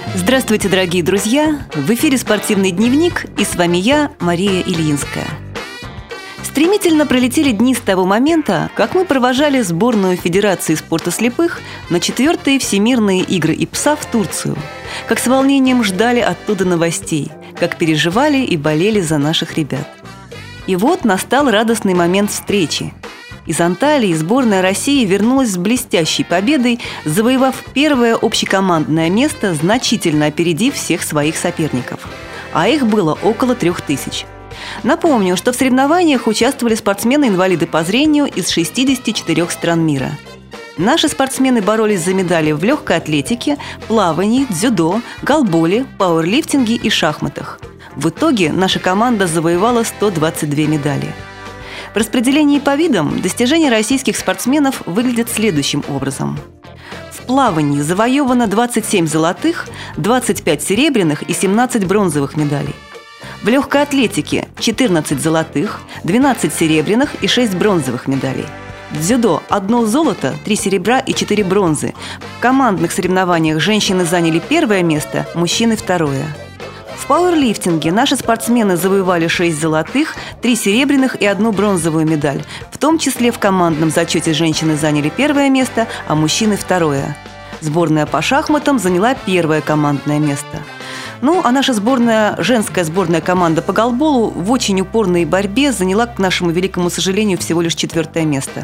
Здравствуйте, дорогие друзья! В эфире «Спортивный дневник» и с вами я, Мария Ильинская. Стремительно пролетели дни с того момента, как мы провожали сборную Федерации спорта слепых на 4-е Всемирные игры ИПСА в Турцию, как с волнением ждали оттуда новостей, как переживали и болели за наших ребят. И вот настал радостный момент встречи. Из Анталии сборная России вернулась с блестящей победой, завоевав первое общекомандное место, значительно опередив всех своих соперников. А их было около 3000. Напомню, что в соревнованиях участвовали спортсмены-инвалиды по зрению из 64 стран мира. Наши спортсмены боролись за медали в легкой атлетике, плавании, дзюдо, голболе, пауэрлифтинге и шахматах. В итоге наша команда завоевала 122 медали. В распределении по видам достижения российских спортсменов выглядят следующим образом. В плавании завоевано 27 золотых, 25 серебряных и 17 бронзовых медалей. В легкой атлетике 14 золотых, 12 серебряных и 6 бронзовых медалей. В дзюдо 1 золото, 3 серебра и 4 бронзы. В командных соревнованиях женщины заняли первое место, мужчины – второе. В пауэрлифтинге наши спортсмены завоевали 6 золотых, 3 серебряных и 1 бронзовую медаль. В том числе в командном зачете женщины заняли первое место, а мужчины – второе. Сборная по шахматам заняла первое командное место. А наша женская сборная команда по голболу в очень упорной борьбе заняла, к нашему великому сожалению, всего лишь 4-е место.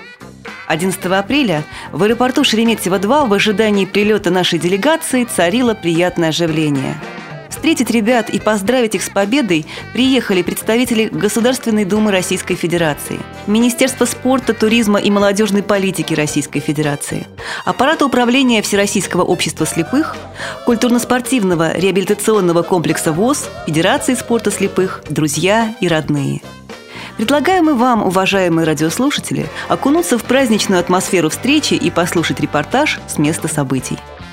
11 апреля в аэропорту Шереметьево-2 в ожидании прилета нашей делегации царило приятное оживление. Встретить ребят и поздравить их с победой приехали представители Государственной Думы Российской Федерации, Министерства спорта, туризма и молодежной политики Российской Федерации, аппарата управления Всероссийского общества слепых, культурно-спортивного реабилитационного комплекса ВОС, Федерации спорта слепых, друзья и родные. Предлагаем и вам, уважаемые радиослушатели, окунуться в праздничную атмосферу встречи и послушать репортаж с места событий.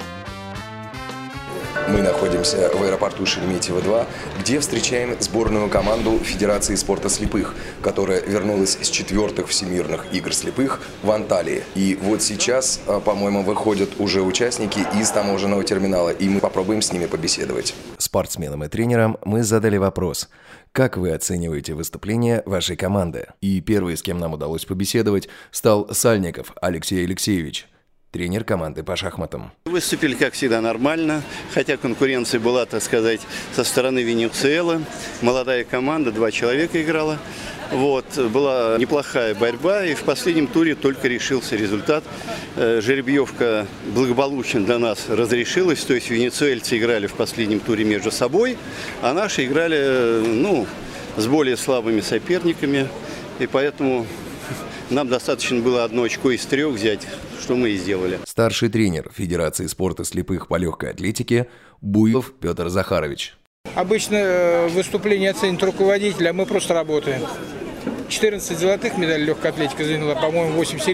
Мы находимся в аэропорту Шереметьево-2, где встречаем сборную команду Федерации спорта слепых, которая вернулась с 4-х Всемирных игр слепых в Анталии. И вот сейчас, по-моему, выходят уже участники из таможенного терминала, и мы попробуем с ними побеседовать. Спортсменам и тренерам мы задали вопрос: как вы оцениваете выступление вашей команды? И первый, с кем нам удалось побеседовать, стал Сальников Алексей Алексеевич, тренер команды по шахматам. Выступили, как всегда, нормально, хотя конкуренция была, так сказать, со стороны Венесуэлы. Молодая команда, 2 человека играла. Была неплохая борьба, и в последнем туре только решился результат. Жеребьевка благополучно для нас разрешилась, то есть венесуэльцы играли в последнем туре между собой, а наши играли, с более слабыми соперниками, и поэтому нам достаточно было 1 очко из 3 взять, что мы и сделали. Старший тренер Федерации спорта слепых по легкой атлетике Буев Петр Захарович. Обычно выступление оценит руководитель, а мы просто работаем. 14 золотых медалей легкая атлетика заняла, по-моему,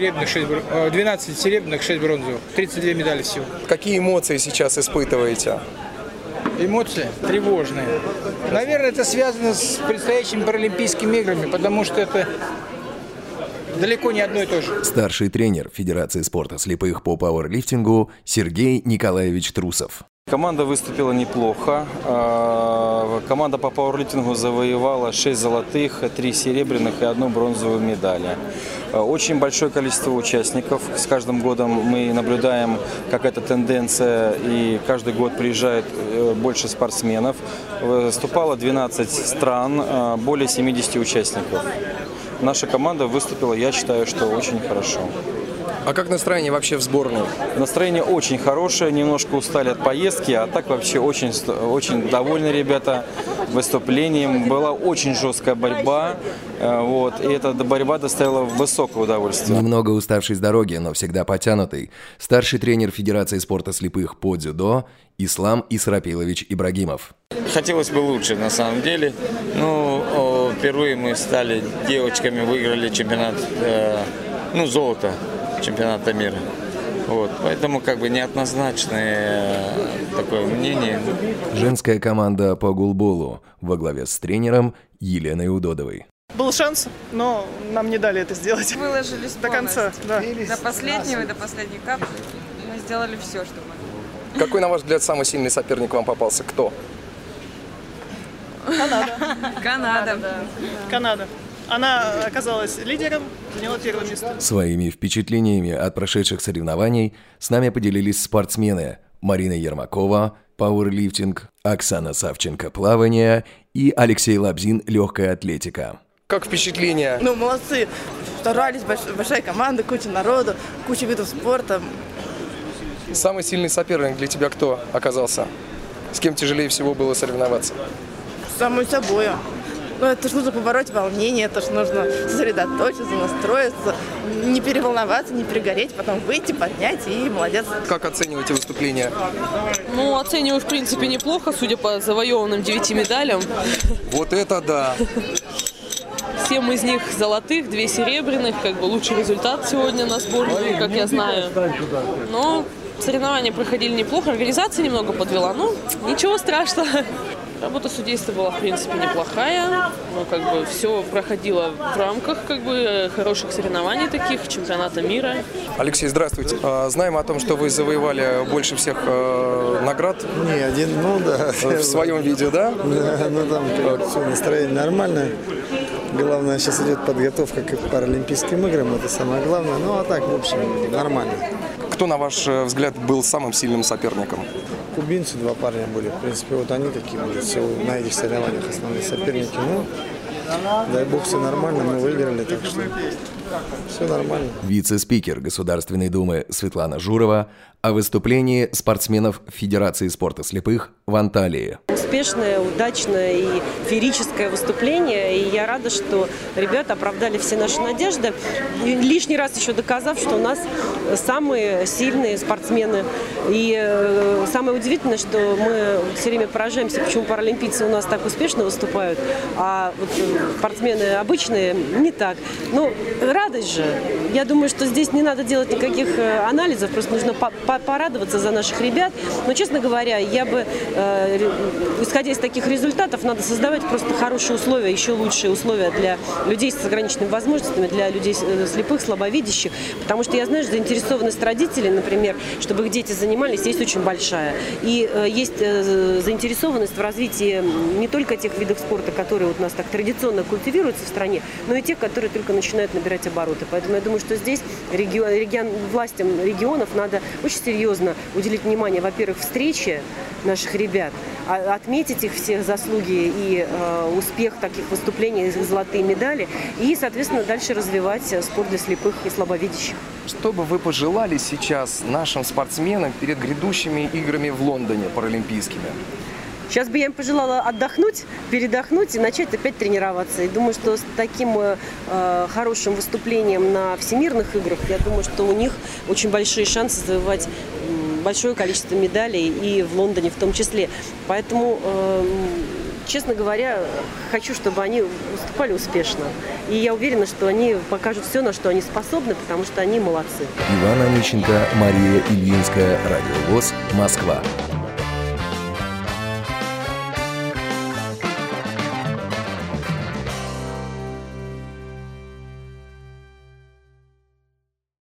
12 серебряных, 6 бронзовых. 32 медали всего. Какие эмоции сейчас испытываете? Эмоции тревожные. Наверное, это связано с предстоящими Паралимпийскими играми, потому что это далеко не одно и то же. Старший тренер Федерации спорта слепых по пауэрлифтингу Сергей Николаевич Трусов. Команда выступила неплохо. Команда по пауэрлифтингу завоевала 6 золотых, 3 серебряных и 1 бронзовую медаль. Очень большое количество участников. С каждым годом мы наблюдаем, как эта тенденция, и каждый год приезжает больше спортсменов. Выступало 12 стран, более 70 участников. Наша команда выступила, я считаю, что очень хорошо. А как настроение вообще в сборной? Настроение очень хорошее, немножко устали от поездки, а так вообще очень довольны ребята выступлением. Была очень жесткая борьба, и эта борьба доставила высокое удовольствие. Немного уставший с дороги, но всегда потянутый. Старший тренер Федерации спорта слепых по дзюдо Ислам Исрапилович Ибрагимов. Хотелось бы лучше, на самом деле. Впервые мы стали девочками, выиграли чемпионат, золото чемпионата мира. Поэтому неоднозначное такое мнение. Женская команда по голболу во главе с тренером Еленой Удодовой. Был шанс, но нам не дали это сделать. Выложились до конца. Да. До последней капли мы сделали все, что могли. Какой, на ваш взгляд, самый сильный соперник вам попался? Кто? Канада. Она оказалась лидером, заняла первое место. Своими впечатлениями от прошедших соревнований с нами поделились спортсмены Марина Ермакова, пауэрлифтинг, Оксана Савченко, плавание и Алексей Лабзин, легкая атлетика. Как впечатление? Ну, молодцы. Старались, большая команда, куча народу, куча видов спорта. Самый сильный соперник для тебя кто оказался? С кем тяжелее всего было соревноваться? Самую собой. Ну, это ж нужно побороть волнение, это ж нужно сосредоточиться, настроиться, не переволноваться, не перегореть, потом выйти, поднять и молодец. Как оцениваете выступление? Ну, оцениваю, в принципе, неплохо, судя по завоеванным 9 медалям. Вот это да! 7 из них золотых, 2 серебряных, как бы лучший результат сегодня на сборную, как я знаю. Но соревнования проходили неплохо, организация немного подвела, но ничего страшного. Работа судейства была, в принципе, неплохая. Ну, как бы все проходило в рамках хороших соревнований таких, чемпионата мира. Алексей, здравствуйте. Знаем о том, что вы завоевали больше всех наград. Не один, ну да. В своем виде, да? Да, ну там все, настроение нормальное. Главное, сейчас идет подготовка к Паралимпийским играм, это самое главное. Ну а так, в общем, нормально. Кто, на ваш взгляд, был самым сильным соперником? Кубинцы, 2 парня были. В принципе, вот они такие были на этих соревнованиях основные соперники. Ну, дай бог, все нормально, мы выиграли, так что все нормально. Вице-спикер Государственной Думы Светлана Журова о выступлении спортсменов Федерации спорта слепых в Анталии. Успешное, удачное и феерическое выступление. И я рада, что ребята оправдали все наши надежды. И лишний раз еще доказав, что у нас самые сильные спортсмены. И самое удивительное, что мы все время поражаемся, почему паралимпийцы у нас так успешно выступают, а вот спортсмены обычные не так. Ну, радость же. Я думаю, что здесь не надо делать никаких анализов, просто нужно порадоваться за наших ребят. Но, честно говоря, я бы, исходя из таких результатов, надо создавать просто хорошие условия, еще лучшие условия для людей с ограниченными возможностями, для людей слепых, слабовидящих. Потому что я знаю, что заинтересованность родителей, например, чтобы их дети занимались, есть очень большая. И есть заинтересованность в развитии не только тех видов спорта, которые вот у нас так традиционно культивируются в стране, но и тех, которые только начинают набирать обороты. Поэтому я думаю, что здесь властям регионов надо очень серьезно уделить внимание, во-первых, встрече наших ребят, отметить их все заслуги и успех таких выступлений, золотые медали, и, соответственно, дальше развивать спорт для слепых и слабовидящих. Что бы вы пожелали сейчас нашим спортсменам перед грядущими играми в Лондоне паралимпийскими? Сейчас бы я им пожелала отдохнуть, передохнуть и начать опять тренироваться. И думаю, что с таким хорошим выступлением на всемирных играх, я думаю, что у них очень большие шансы завоевать большое количество медалей и в Лондоне в том числе. Поэтому, честно говоря, хочу, чтобы они выступали успешно. И я уверена, что они покажут все, на что они способны, потому что они молодцы. Иван Онищенко, Мария Ильинская, Радио ВОС, Москва.